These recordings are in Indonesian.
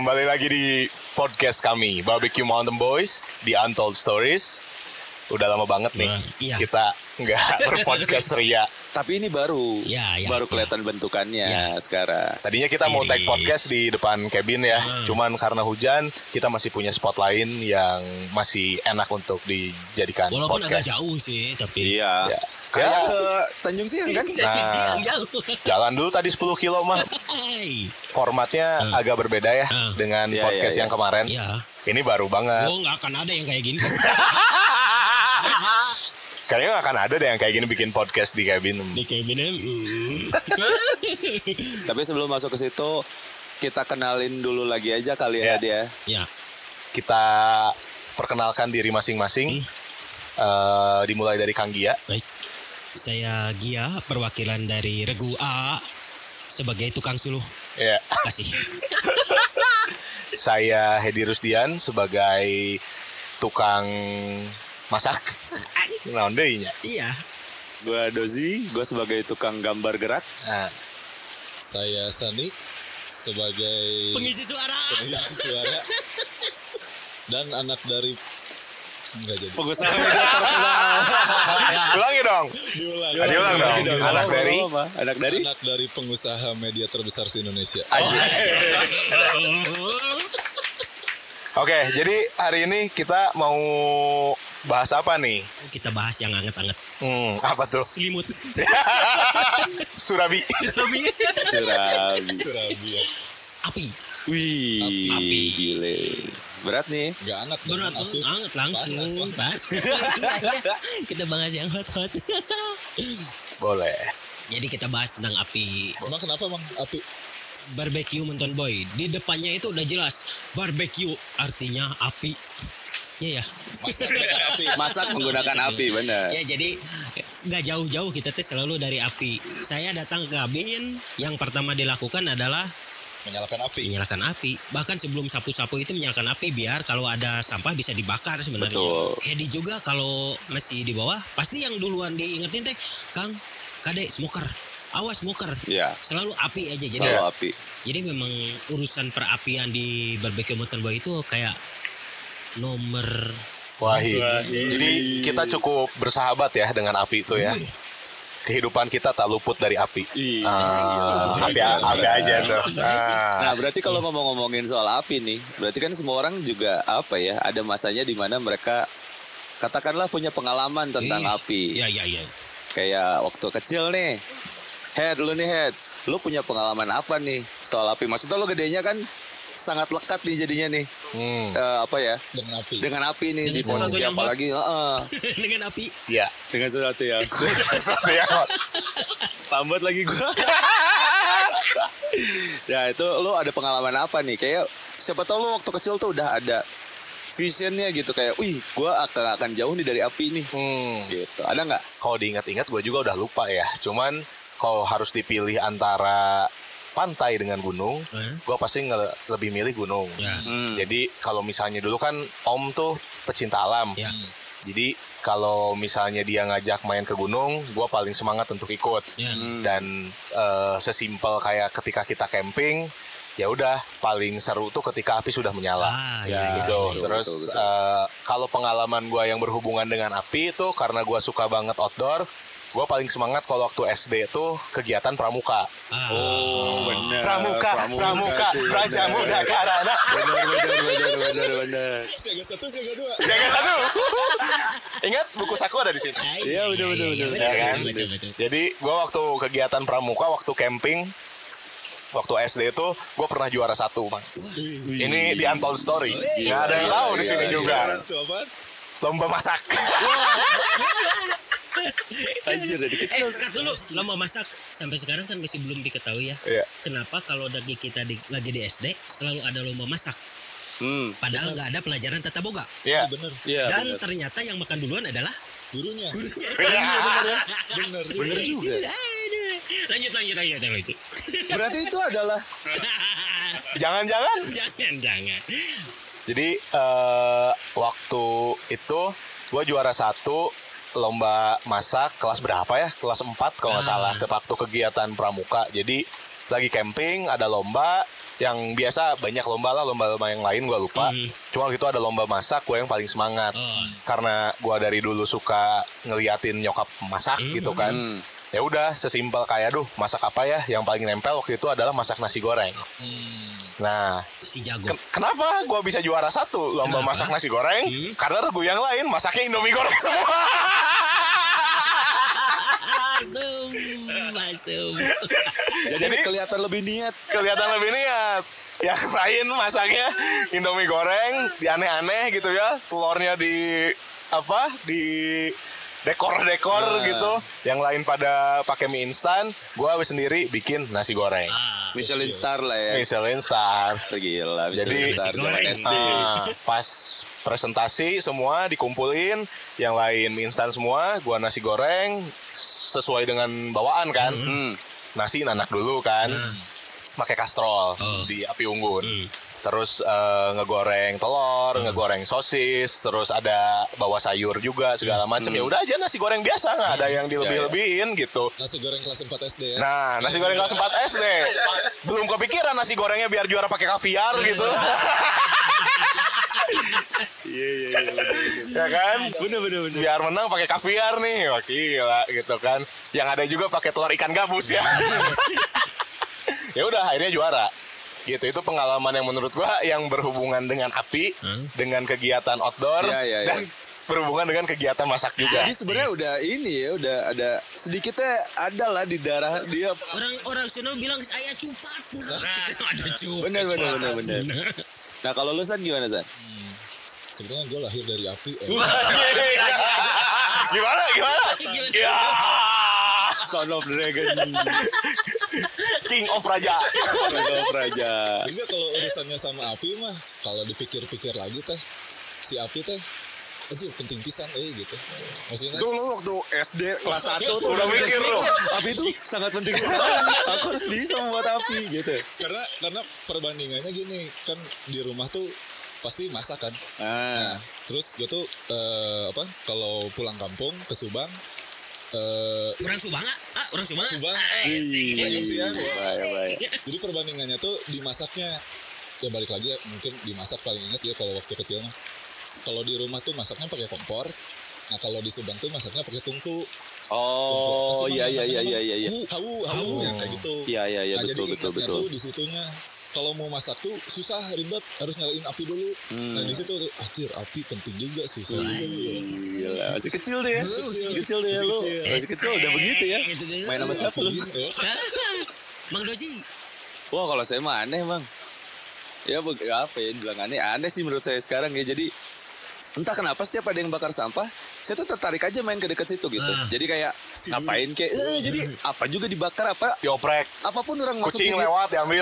Kembali lagi di podcast kami Barbecue Mountain Boys di Untold Stories. Udah lama banget nih kita nggak berpodcast ria. Tapi ini baru kelihatan bentukannya sekarang. Tadinya kita mau take podcast di depan cabin ya, cuman karena hujan kita masih punya spot lain yang masih enak untuk dijadikan walaupun podcast. Agak jauh sih, tapi Kayak ke Tanjung Siang kan? Nah, jalan dulu tadi 10 kilo mah. Formatnya agak berbeda ya dengan podcast yang kemarin. Ini baru banget. Oh, nggak akan ada yang kayak gini. Kayaknya gak akan ada deh yang kayak gini bikin podcast di cabin. Di cabin. Tapi sebelum masuk ke situ, kita kenalin dulu lagi aja kali ya dia. Ya. Kita perkenalkan diri masing-masing. Dimulai dari Kang Gia. Baik. Saya Gia, perwakilan dari Regu A sebagai tukang suluh. Ya. Kasih. Saya Hedi Rusdian sebagai tukang masak. Nah, nya. Iya. Gue Dozi, gue sebagai tukang gambar gerak. Nah. Saya Sani sebagai pengisi suara. Dan anak dari pengusaha media terkenal. Ulangi dong. Diulang dong. Anak dari pengusaha media terbesar di Indonesia. Oke, jadi hari ini kita mau bahas apa nih? Kita bahas yang anget-anget. Apa tuh? Selimut. Surabi. Api. Wih, Api. Gile. Berat nih. Gak anget. Berat tuh, anget langsung. Kita bahas yang hot-hot. Boleh. Jadi kita bahas tentang api. Emang kenapa Bang api? Barbecue Mountain Boy. Di depannya itu udah jelas. Barbecue artinya api. Iya ya. Masak menggunakan api, benar. Ya, jadi nggak jauh-jauh kita tuh selalu dari api. Saya datang ke cabin, yang pertama dilakukan adalah menyalakan api. Bahkan sebelum sapu-sapu itu menyalakan api biar kalau ada sampah bisa dibakar sebenarnya. Betul. Hedi juga kalau masih di bawah pasti yang duluan diingetin teh, Kang, Kade, smoker. Awas smoker. Iya. Selalu api aja. Jadi selalu api. Jadi memang urusan perapian di Barbecue Mountain Boy itu kayak nomor Wahid. Jadi kita cukup bersahabat ya dengan api itu ya. Kehidupan kita tak luput dari api. Api aja tuh. Nah, berarti kalau mau ngomongin soal api nih, berarti kan semua orang juga ada masanya di mana mereka katakanlah punya pengalaman tentang api. Iya. Kayak waktu kecil nih. Head, lu punya pengalaman apa nih soal api? Maksudnya lu gedenya kan sangat lekat nih jadinya nih. Dengan api nih, di posisi apalagi dengan api. Iya. Dengan sesuatu yang lambat lagi gua. Ya itu lu ada pengalaman apa nih? Kayak siapa tahu lu waktu kecil tuh udah ada visionnya gitu, kayak gua akan jauh nih dari api nih. Gitu. Ada nggak? Kalau diingat-ingat gue juga udah lupa ya. Cuman kalau harus dipilih antara pantai dengan gunung, gue pasti lebih milih gunung. Jadi kalau misalnya dulu kan Om tuh pecinta alam. Jadi kalau misalnya dia ngajak main ke gunung, gue paling semangat untuk ikut. Dan sesimpel kayak ketika kita camping, ya udah paling seru tuh ketika api sudah menyala. Gitu. Terus kalau pengalaman gue yang berhubungan dengan api itu karena gue suka banget outdoor. Gue paling semangat kalau waktu SD tuh kegiatan pramuka. Benar. Pramuka, Raja Muda Karana. Benar. Siaga 1, siaga 2. Siaga 1. Ingat buku saku ada di sini. Iya, benar. Ya kan? Jadi gue waktu kegiatan pramuka, waktu camping, waktu SD itu gue pernah juara 1, Bang. Ini di Untold Story. Nggak ada yang tahu di sini juga. Lomba masak. Anjir, dari kecil. Dulu lomba masak sampai sekarang kan masih belum diketahui ya. Kenapa kalau dari kita lagi di SD selalu ada lomba masak? Padahal nggak ada pelajaran tata boga. Iya, benar. Dan ternyata yang makan duluan adalah gurunya. Bener juga. Lanjut. Berarti itu adalah jangan. Jadi waktu itu gue juara 1 lomba masak kelas berapa ya? Kelas 4 kalau nggak salah, ke waktu kegiatan pramuka. Jadi lagi camping, ada lomba, yang biasa banyak lomba yang lain gue lupa. Cuma gitu ada lomba masak, gue yang paling semangat. Karena gue dari dulu suka ngeliatin nyokap masak gitu kan. Ya udah sesimpel kayak masak apa ya, yang paling nempel waktu itu adalah masak nasi goreng. Nah, Si jago. kenapa gue bisa juara 1 lomba masak nasi goreng? Karena regu yang lain masaknya Indomie goreng semua. Masuk. Jadi kelihatan lebih niat. Yang lain masaknya Indomie goreng, aneh-aneh gitu ya. Telurnya di dekor gitu. Yang lain pada pakai mie instan, gua sendiri bikin nasi goreng. Michelin star lah ya. Michelin star. Gila, Jadi Michelin star zaman SD. pas presentasi semua dikumpulin, yang lain mie instan semua, gua nasi goreng sesuai dengan bawaan kan. Nasi nanak dulu kan. Pakai kastrol di api unggun. Terus ngegoreng telur, ngegoreng sosis, terus ada bawa sayur juga segala macam. Ya udah aja nasi goreng biasa, nggak ada yang dilebih-lebihin gitu. Nasi goreng kelas 4 SD ya. Nah, nasi goreng kelas 4 SD. Belum kepikiran nasi gorengnya biar juara pakai kaviar gitu. Iya. Ya kan? Bener. Biar menang pakai kaviar nih. Wah, gila gitu kan. Yang ada juga pakai telur ikan gabus ya. Ya udah akhirnya juara. Gitu, itu pengalaman yang menurut gua yang berhubungan dengan api, dengan kegiatan outdoor, Iya. dan berhubungan dengan kegiatan masak juga. Jadi sebenarnya udah ini ya, udah ada sedikitnya ada lah di darah dia. Orang sono bilang saya cupat. Ada cupat. Bener. Nah kalau lu San gimana San? Sebenarnya gue lahir dari api. Gimana? Ya. Son of Dragon. King of Raja. Juga kalau urusannya sama api mah, kalau dipikir-pikir lagi teh, si api teh aja penting pisan gitu. Maksudnya Dulu waktu SD kelas 1 tuh Udah mikir lu. api itu sangat penting sekali. Aku harus bisa membuat api gitu. karena perbandingannya gini, kan di rumah tuh pasti masak kan. Nah, terus gue tuh kalau pulang kampung ke Subang, Orang Subang orang Subang. Subang, Baik. jadi perbandingannya tuh dimasaknya, ya balik lagi ya, mungkin dimasak paling ingat ya kalau waktu kecil mah. Kalau di rumah tuh masaknya pakai kompor. Nah kalau di Subang tuh masaknya pakai tungku. Oh iya. Hau yang kayak gitu. Iya, Nah, betul. jadi ingatnya tuh di situnya. Kalau mau masak tuh susah, ribet, harus nyalain api dulu. Nah di situ tuh, api penting juga, susah. Gila, masih kecil deh ya. Masih kecil deh ya lu. Masih kecil udah begitu ya. Main sama siapa lu? Mang Doji. Wah kalau saya mah aneh bang. Ya apa ya bilang aneh sih menurut saya sekarang ya. Jadi entah kenapa setiap ada yang bakar sampah, saya tuh tertarik aja main ke dekat situ gitu. Jadi kayak ngapain kayak jadi apa juga dibakar apa Dioprek. apapun orang masuk Kucing lewat diambil.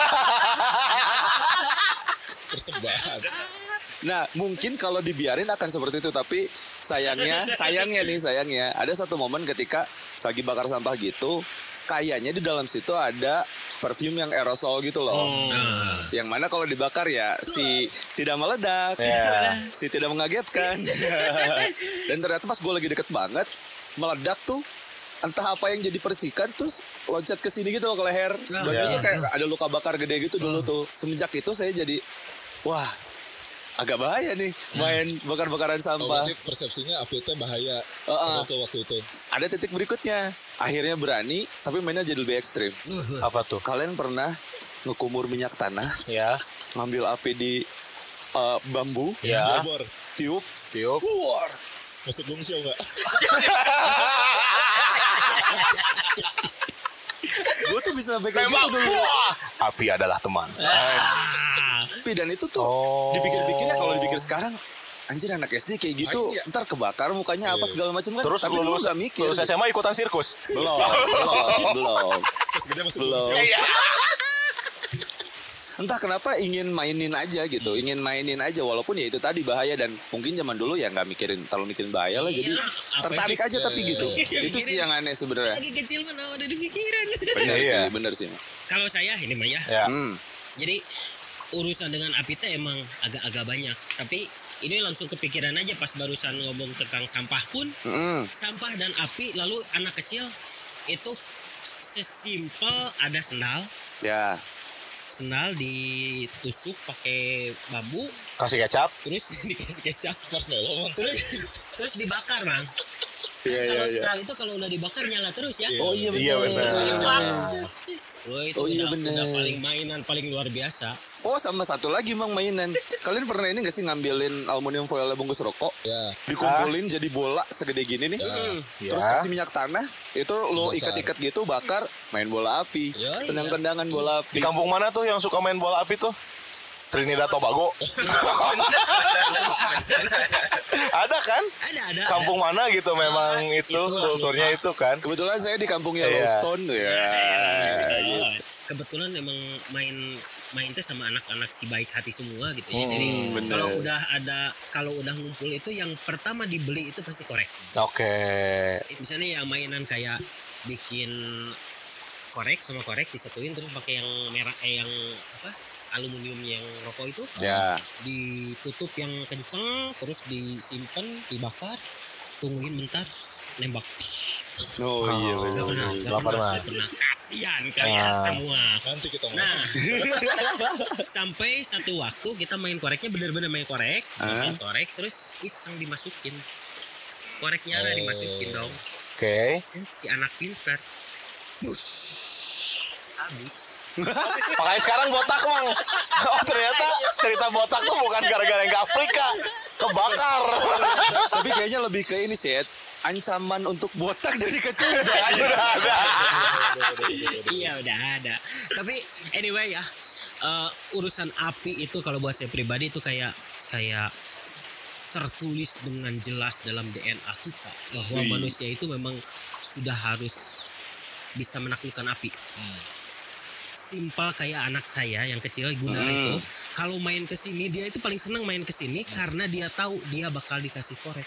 Persembahan. Nah mungkin kalau dibiarin akan seperti itu, tapi sayangnya ada satu momen ketika lagi bakar sampah gitu, kayaknya di dalam situ ada perfume yang aerosol gitu loh. Yang mana kalau dibakar ya si tidak meledak, si tidak mengagetkan. Dan ternyata pas gue lagi deket banget meledak tuh, entah apa yang jadi percikan terus loncat ke sini gitu loh ke leher. Dan itu kayak ada luka bakar gede gitu dulu tuh. Semenjak itu saya jadi wah agak bahaya nih main bakar-bakaran sampah. Berarti persepsinya api itu bahaya waktu itu. Ada titik berikutnya. Akhirnya berani, tapi mainnya jadi lebih ekstrim. Apa tuh? Kalian pernah ngekumur minyak tanah, Ya. ngambil api di bambu, Ya. Bor, tiup, keluar. masuk bungsio nggak? Gue tuh bisa sampai kayak Tembak. gitu dulu. Wah, api adalah teman. Tapi dan itu tuh dipikir-pikirnya kalau dipikir sekarang, anjir anak SD kayak gitu, ntar kebakar mukanya apa segala macam kan. Terus tapi dulu lulus nggak mikir. lulus SMA ikutan sirkus. Belum. Pas gede masuk Belum. bungsio. Entah kenapa ingin mainin aja gitu, ingin mainin aja walaupun ya itu tadi bahaya, dan mungkin zaman dulu ya nggak terlalu mikirin bahaya lah, jadi tertarik aja tapi gitu. Itu sih yang aneh sebenarnya. Lagi kecil mana ada di pikiran. Bener sih. Kalau saya ini mah ya. Ya. Jadi urusan dengan api itu emang agak-agak banyak. Tapi ini langsung kepikiran aja pas barusan ngomong tentang sampah pun. Sampah dan api, lalu anak kecil itu sesimpel ada sendal. Ya. sendal ditusuk pakai bambu, Kasih kecap. terus dikasih kecap, Marshmallow Bang. terus dibakar bang. Iya, Kalau iya. sendal itu kalau udah dibakar nyala terus ya. Oh iya benar. Iya, benar. Wah, itu Oh, iya, udah benar. paling mainan paling luar biasa. Oh sama satu lagi Mang mainan. Kalian pernah ini gak sih ngambilin aluminium foil bungkus rokok? Ya. Dikumpulin jadi bola segede gini nih. Terus Ya. kasih minyak tanah, itu lo ikat-ikat gitu bakar, main bola api. Ya, iya. Tendang-tendangan bola Di api. kampung mana tuh yang suka main bola api tuh? Trinidad Tobago. Ada kan? Ada. Kampung mana gitu memang itu itulah, kulturnya itu kan. Kebetulan saya di kampungnya Iya. Yellowstone ya. Kebetulan emang main teh sama anak-anak si baik hati semua gitu ya. Jadi bener. kalau udah ngumpul itu yang pertama dibeli itu pasti korek. Oke. Misalnya yang mainan kayak bikin korek sama korek disatuin terus pakai yang merah yang apa? Aluminium yang rokok itu. Ya. Ditutup yang kenceng terus disimpan, dibakar, tungguin bentar nembak. Oh iya benar. Nggak pernah. Kasian kalian semua. Nanti kita mau. Nah, sampai satu waktu kita main koreknya bener-bener main korek, terus iseng dimasukin. Korek nyala dimasukin dong. Oke. Si anak pintar. Bush. Habis. Makanya sekarang botak Mang. Oh ternyata cerita botak tuh bukan gara-gara yang ke Afrika, kebakar. Tapi kayaknya lebih ke ini sih, Ed. Ancaman untuk botak dari kecil udah ada. Iya udah ada. Tapi anyway ya, urusan api itu kalau buat saya pribadi itu kayak tertulis dengan jelas dalam DNA kita bahwa manusia itu memang sudah harus bisa menaklukkan api. Simpel kayak anak saya yang kecil Gunar itu, kalau main ke sini dia itu paling senang main ke sini karena dia tahu dia bakal dikasih korek.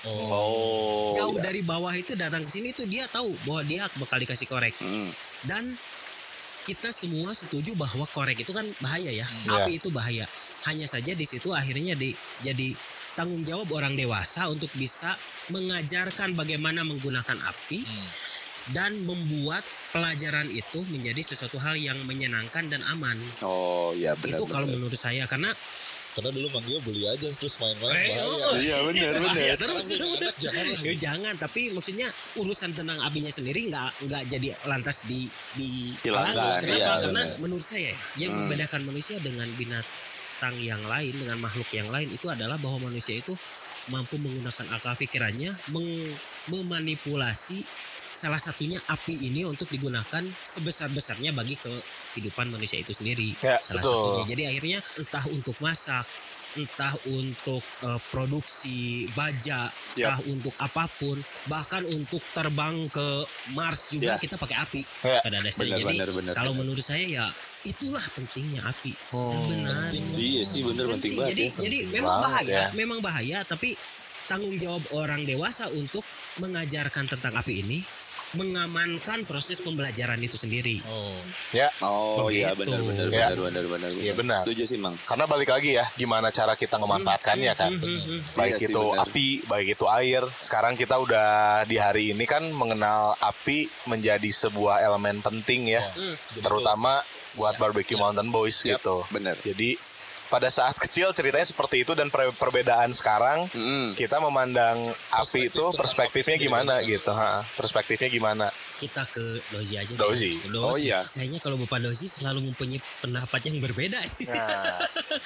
Oh. Jauh dari bawah itu datang ke sini tuh dia tahu bahwa dia bakal dikasih korek. Dan kita semua setuju bahwa korek itu kan bahaya ya. Api itu bahaya. Hanya saja di situ akhirnya jadi tanggung jawab orang dewasa untuk bisa mengajarkan bagaimana menggunakan api dan membuat pelajaran itu menjadi sesuatu hal yang menyenangkan dan aman. Oh iya benar. Itu kalau menurut saya karena dulu manggil beli aja terus main-main bahaya. Iya benar. bahaya terus. Jangan. Ya, jangan, tapi maksudnya urusan tentang apinya sendiri nggak jadi lantas Hilangkan, Kenapa? iya, Karena benar. menurut saya yang membedakan manusia dengan binatang yang lain, dengan makhluk yang lain itu adalah bahwa manusia itu mampu menggunakan akal pikirannya memanipulasi salah satunya api ini untuk digunakan sebesar-besarnya bagi kehidupan manusia itu sendiri. Ya, Salah betul. satunya. Jadi akhirnya entah untuk masak, entah untuk produksi baja, entah untuk apapun, bahkan untuk terbang ke Mars juga kita pakai api Ya, pada dasarnya. Jadi benar, kalau menurut saya ya itulah pentingnya api sebenarnya. Iya sih benar penting banget. Jadi memang bahaya, tapi tanggung jawab orang dewasa untuk mengajarkan tentang api ini, mengamankan proses pembelajaran itu sendiri. Ya. Oh iya Begitu. benar. Ya. Iya, benar. Setuju sih Mang. Karena balik lagi ya, gimana cara kita memanfaatkannya kan. Baik Iya sih, itu benar. api, baik itu air. Sekarang kita udah di hari ini kan mengenal api menjadi sebuah elemen penting ya. Terutama buat barbecue Mountain Boys gitu. benar. Jadi pada saat kecil ceritanya seperti itu dan perbedaan sekarang kita memandang api itu perspektifnya gimana gitu. Perspektifnya gimana? Kita ke Dozi aja. Dozi. Oh iya. Kayaknya kalau Bapak Dozi selalu mempunyai pendapat yang berbeda. Nah,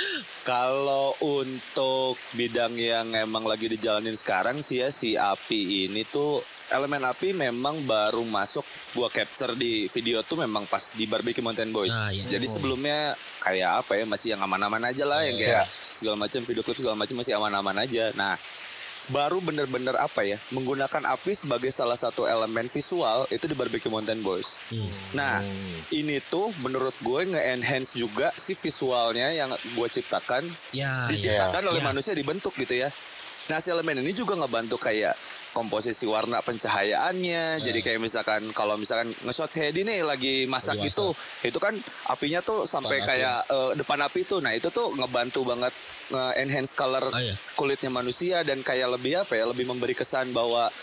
Kalau untuk bidang yang emang lagi dijalanin sekarang sih ya, si api ini tuh elemen api memang baru masuk gua capture di video tuh memang pas di Barbecue Mountain Boys. Ah, iya. Jadi sebelumnya kayak apa ya, masih yang aman-aman aja lah, yang kayak segala macam video klip segala macam masih aman-aman aja. Nah, baru bener-bener apa ya, menggunakan api sebagai salah satu elemen visual itu di Barbecue Mountain Boys. Nah, ini tuh menurut gue nge-enhance juga si visualnya yang gue ciptakan, diciptakan oleh manusia, dibentuk gitu ya. Nah, si elemen ini juga ngebantu kayak komposisi warna pencahayaannya. Jadi kayak misalkan kalau misalkan nge-shot Hedi nih lagi masak gitu, itu kan apinya tuh sampai kayak depan api tuh. Nah, itu tuh ngebantu banget nge-enhance color kulitnya manusia dan kayak lebih apa ya, lebih memberi kesan bahwa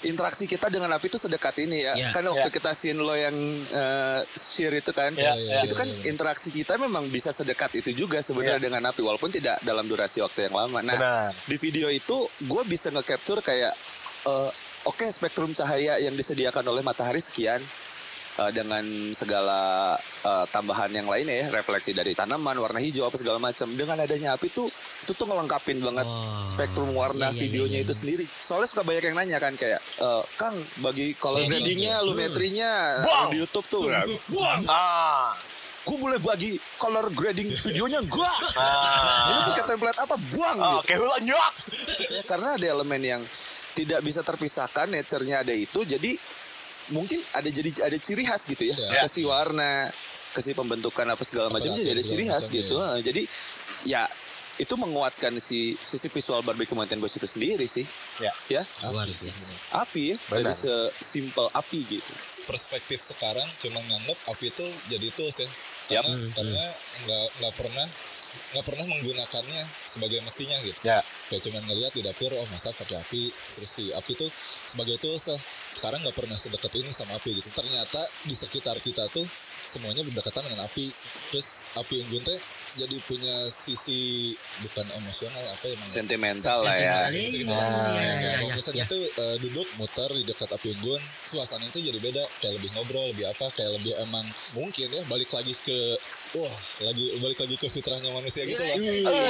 interaksi kita dengan api itu sedekat ini ya. Kan waktu kita scene lo yang share itu kan, itu kan interaksi kita memang bisa sedekat itu juga sebenarnya dengan api, walaupun tidak dalam durasi waktu yang lama. Nah, di video itu gue bisa nge-capture kayak oke, spektrum cahaya yang disediakan oleh matahari sekian. Dengan segala tambahan yang lainnya ya, refleksi dari tanaman, warna hijau apa segala macam. Dengan adanya api itu tuh ngelengkapin banget spektrum warna videonya itu sendiri. Soalnya suka banyak yang nanya kan kayak, Kang, bagi color gradingnya, lumetrinya di YouTube tuh, buang. Gue boleh bagi color grading videonya gua. Ini pakai template apa? Buang. Kayak hulanyok. Karena ada elemen yang tidak bisa terpisahkan, nature-nya ada itu, jadi mungkin ada ciri khas gitu ya, kasih warna, kasih pembentukan apa segala macam, jadi ada ciri khas gitu. Jadi ya itu menguatkan sisi visual Barbecue Mountain Boys itu sendiri sih. Ya. Api ya, dari sesimpel api gitu. Perspektif sekarang cuma nganggap api itu jadi tools ya. Karena nggak pernah menggunakannya sebagai mestinya gitu. Kayak cuman ngelihat di dapur, masak pakai api, terus si api tuh sebagai tools. Sekarang nggak pernah sedekat ini sama api gitu. Ternyata di sekitar kita tuh semuanya berdekatan dengan api. Terus api unggun teh jadi punya sisi bukan emosional apa ya, sentimental lah ya. Kalau misalnya tuh duduk muter di dekat api unggun, suasana itu jadi beda, kayak lebih ngobrol, lebih apa, kayak lebih emang mungkin ya balik lagi ke fitrahnya manusia gitu lah.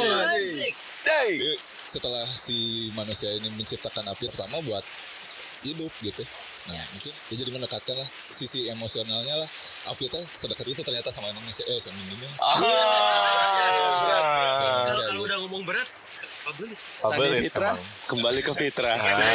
Setelah si manusia ini menciptakan api pertama buat hidup gitu. Nah mungkin dia jadi mendekatkan lah sisi emosionalnya lah. Api teh sedekat itu ternyata sama Indonesia. Sama Indonesia. Kalau udah ngomong berat, Sani Fitra kembali ke Fitra.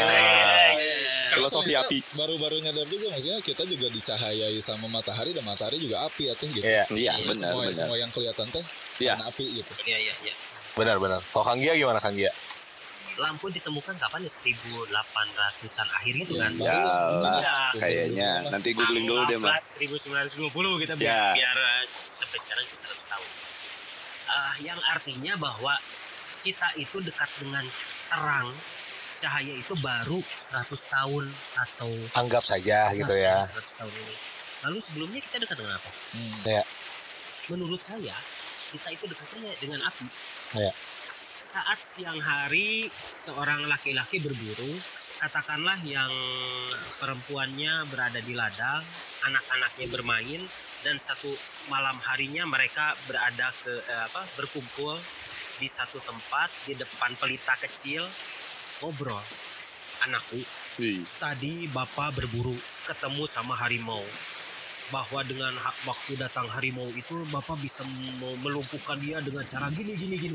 Filosofi api. Baru-baru nyadar juga, maksudnya kita juga dicahayai sama matahari, dan matahari juga api atau gitu. Iya, benar. Semua yang kelihatan teh karena api gitu. Iya. Benar. Kalau Kang Gia gimana Kang Gia? Lampu ditemukan kapan ya, 1800-an akhir gitu kan? Kayaknya. Nanti googling dulu deh Mas. 1920 kita biar sampai sekarang itu 100 tahun. Yang artinya bahwa kita itu dekat dengan terang, cahaya itu baru 100 tahun atau anggap saja gitu ya. 100 tahun ini. Lalu sebelumnya kita dekat dengan apa? Menurut saya kita itu dekatnya dengan api. Saat siang hari seorang laki-laki berburu, katakanlah yang perempuannya berada di ladang, anak-anaknya bermain, dan satu malam harinya mereka berkumpul di satu tempat di depan pelita kecil, ngobrol. Anakku, tadi bapak berburu ketemu sama harimau. Bahwa dengan waktu datang harimau itu bapak bisa melumpuhkan dia dengan cara gini.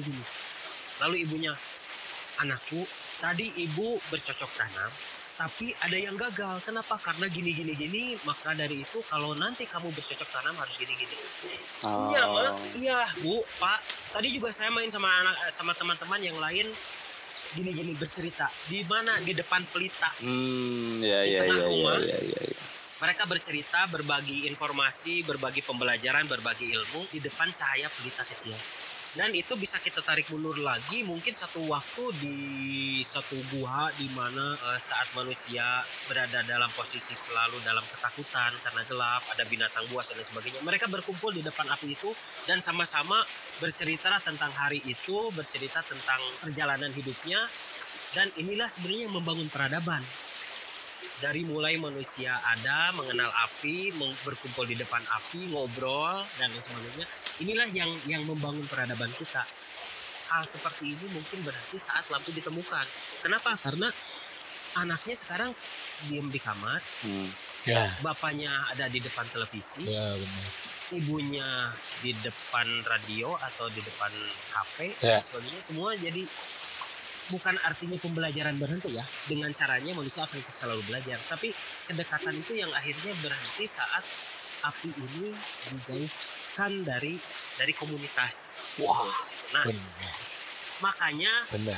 Lalu ibunya, anakku, tadi ibu bercocok tanam, tapi ada yang gagal. Kenapa? Karena gini. Maka dari itu kalau nanti kamu bercocok tanam harus gini. Iya, Ma. Iya, Bu, Pak. Tadi juga saya main sama teman-teman yang lain. Gini bercerita. Di mana? Di depan pelita. Di tengah rumah. Mereka bercerita, berbagi informasi, berbagi pembelajaran, berbagi ilmu di depan cahaya pelita kecil. Dan itu bisa kita tarik mundur lagi, mungkin satu waktu di satu gua di mana saat manusia berada dalam posisi selalu dalam ketakutan karena gelap, ada binatang buas dan sebagainya. Mereka berkumpul di depan api itu dan sama-sama bercerita tentang hari itu, bercerita tentang perjalanan hidupnya. Dan inilah sebenarnya yang membangun peradaban. Dari mulai manusia ada, mengenal api, berkumpul di depan api, ngobrol, dan sebagainya. Inilah yang membangun peradaban kita. Hal seperti ini mungkin berarti saat lampu ditemukan. Kenapa? Karena anaknya sekarang diam di kamar, bapaknya ada di depan televisi, ibunya di depan radio atau di depan HP, dan sebagainya. Semua jadi... Bukan artinya pembelajaran berhenti ya. Dengan caranya manusia akan selalu belajar. Tapi kedekatan itu yang akhirnya berhenti saat api ini dijauhkan dari komunitas. Nah, makanya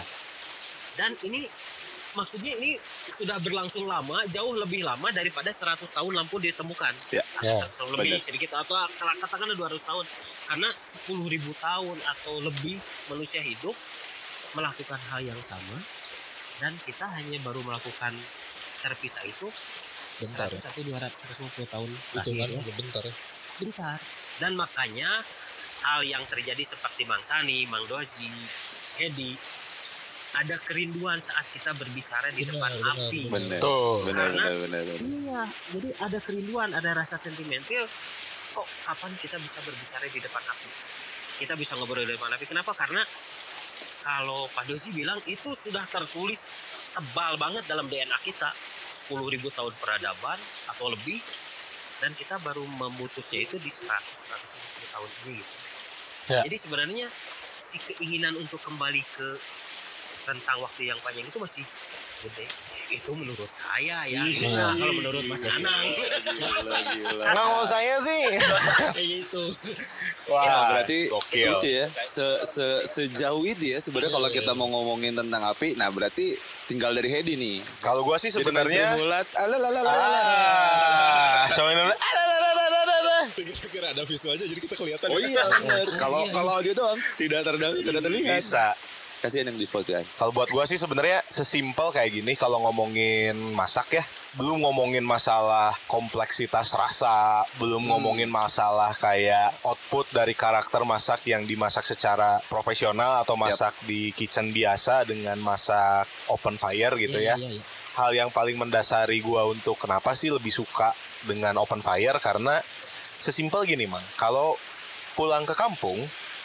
dan ini maksudnya ini sudah berlangsung lama, jauh lebih lama daripada 100 tahun lampu ditemukan. Lebih sedikit atau katakanlah 200 tahun. Karena 10.000 tahun atau lebih manusia hidup melakukan hal yang sama, dan kita hanya baru melakukan terpisah itu Bentar. 100-250 tahun Hitungan terakhir ya. bentar ya. Bentar. Dan makanya hal yang terjadi seperti Bang Sani, Bang Dozi, Edi, ada kerinduan saat kita berbicara di depan api. Benar. Benar. Iya, jadi ada kerinduan, ada rasa sentimental. Kok kapan kita bisa berbicara di depan api? Kita bisa ngobrol di depan api. Kenapa? Karena kalau Pak Dozi bilang itu sudah tertulis tebal banget dalam DNA kita. 10.000 tahun peradaban atau lebih. Dan kita baru memutusnya itu di 100-150 tahun ini gitu. Ya. Jadi sebenarnya si keinginan untuk kembali ke rentang waktu yang panjang itu masih gede. Itu menurut saya ya. Nah, kalau menurut Mas Anang. Nggak mau saya sih. Kayak gitu. Wah, Ya, berarti gokil. itu ya. Sejauh itu ya sebenarnya kalau kita mau ngomongin tentang api, nah berarti tinggal dari Hedi nih. Kalau gue sih sebenarnya Kira-kira ada visualnya jadi kita kelihatan. Oh iya benar. Kalau audio doang tidak terlihat. bisa. Kasihan yang di Spotify. Kalau buat gue sih sebenarnya sesimpel kayak gini. Kalau ngomongin masak ya, belum ngomongin masalah kompleksitas rasa, belum ngomongin masalah kayak output dari karakter masak yang dimasak secara profesional atau masak di kitchen biasa dengan masak open fire gitu ya. Hal yang paling mendasari gue untuk kenapa sih lebih suka dengan open fire, karena sesimpel gini Mang, kalau pulang ke kampung,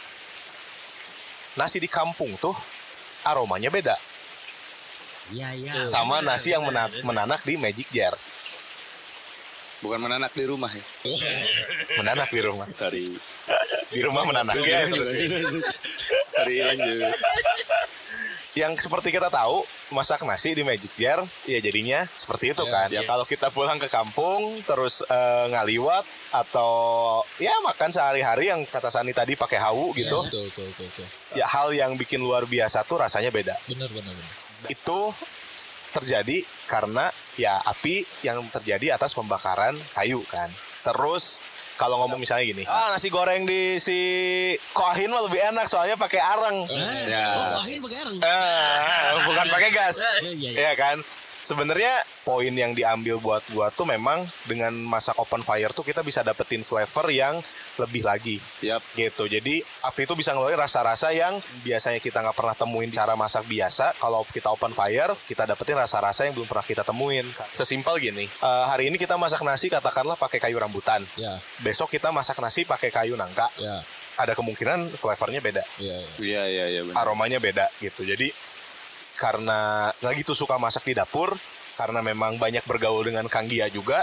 nasi di kampung tuh aromanya beda. Iya. Sama nasi yang menanak di magic jar. Bukan menanak di rumah ya. Menanak di rumah. Di rumah menanak. Ya, Sorry lanjut. Yang seperti kita tahu, masak nasi di magic jar, ya jadinya seperti itu kan. Ya kalau kita pulang ke kampung terus ngaliwat atau ya makan sehari-hari yang kata Sani tadi pakai hawu gitu. Betul. Ya hal yang bikin luar biasa tuh rasanya beda. Benar. Itu terjadi karena ya api yang terjadi atas pembakaran kayu kan. Terus kalau ngomong misalnya gini, nasi goreng di si Koahin mah lebih enak soalnya pakai areng. Koahin pakai areng. Bukan pakai gas. Iya. Iya kan? Sebenarnya poin yang diambil buat gua tuh memang dengan masak open fire tuh kita bisa dapetin flavor yang lebih lagi. Gitu. Jadi api itu bisa ngeluarin rasa-rasa yang biasanya kita nggak pernah temuin cara masak biasa. Kalau kita open fire, kita dapetin rasa-rasa yang belum pernah kita temuin. Sesimpel gini. Hari ini kita masak nasi katakanlah pakai kayu rambutan. Ya. Besok kita masak nasi pakai kayu nangka. Ya. Ada kemungkinan flavornya beda. Iya. Aromanya beda gitu. Jadi karena nggak gitu suka masak di dapur, karena memang banyak bergaul dengan Kang Gia juga.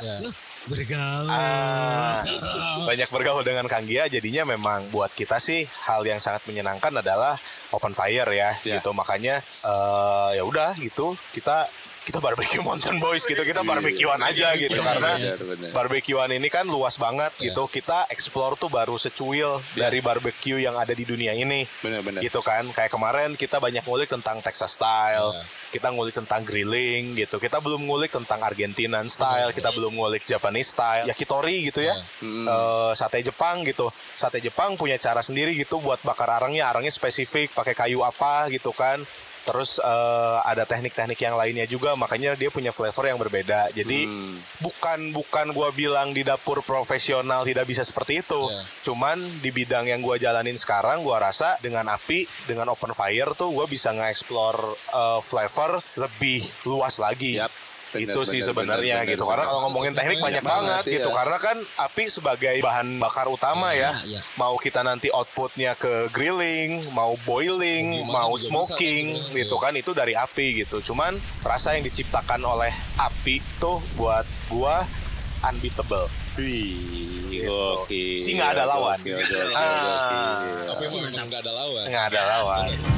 Banyak bergaul dengan Kang Gia, jadinya memang buat kita sih hal yang sangat menyenangkan adalah open fire ya. Gitu. Makanya ya udah gitu kita barbecue Mountain Boys gitu, kita barbekyuan aja gitu karena barbekyuan ini kan luas banget gitu. Kita explore tuh baru secuil dari barbecue yang ada di dunia ini. Benar. Gitu kan. Kayak kemarin kita banyak ngulik tentang Texas style, kita ngulik tentang grilling gitu. Kita belum ngulik tentang Argentinian style, kita belum ngulik Japanese style, yakitori gitu ya. Sate Jepang gitu. Sate Jepang punya cara sendiri gitu buat bakar arangnya spesifik pakai kayu apa gitu kan. Terus ada teknik-teknik yang lainnya juga, makanya dia punya flavor yang berbeda. Jadi bukan gua bilang di dapur profesional tidak bisa seperti itu. Cuman di bidang yang gua jalanin sekarang, gua rasa dengan api, dengan open fire tuh gua bisa nge-explore flavor lebih luas lagi. Itu sih sebenarnya gitu. Karena kalau ngomongin teknik banyak banget gitu. Karena kan api sebagai bahan bakar utama ya. Mau kita nanti outputnya ke grilling, mau boiling, mau smoking gitu kan, itu dari api gitu. Cuman rasa yang diciptakan oleh api tuh buat gua unbeatable. Oke. Si nggak ada lawan. Tapi memang nggak ada lawan. Nggak ada lawan.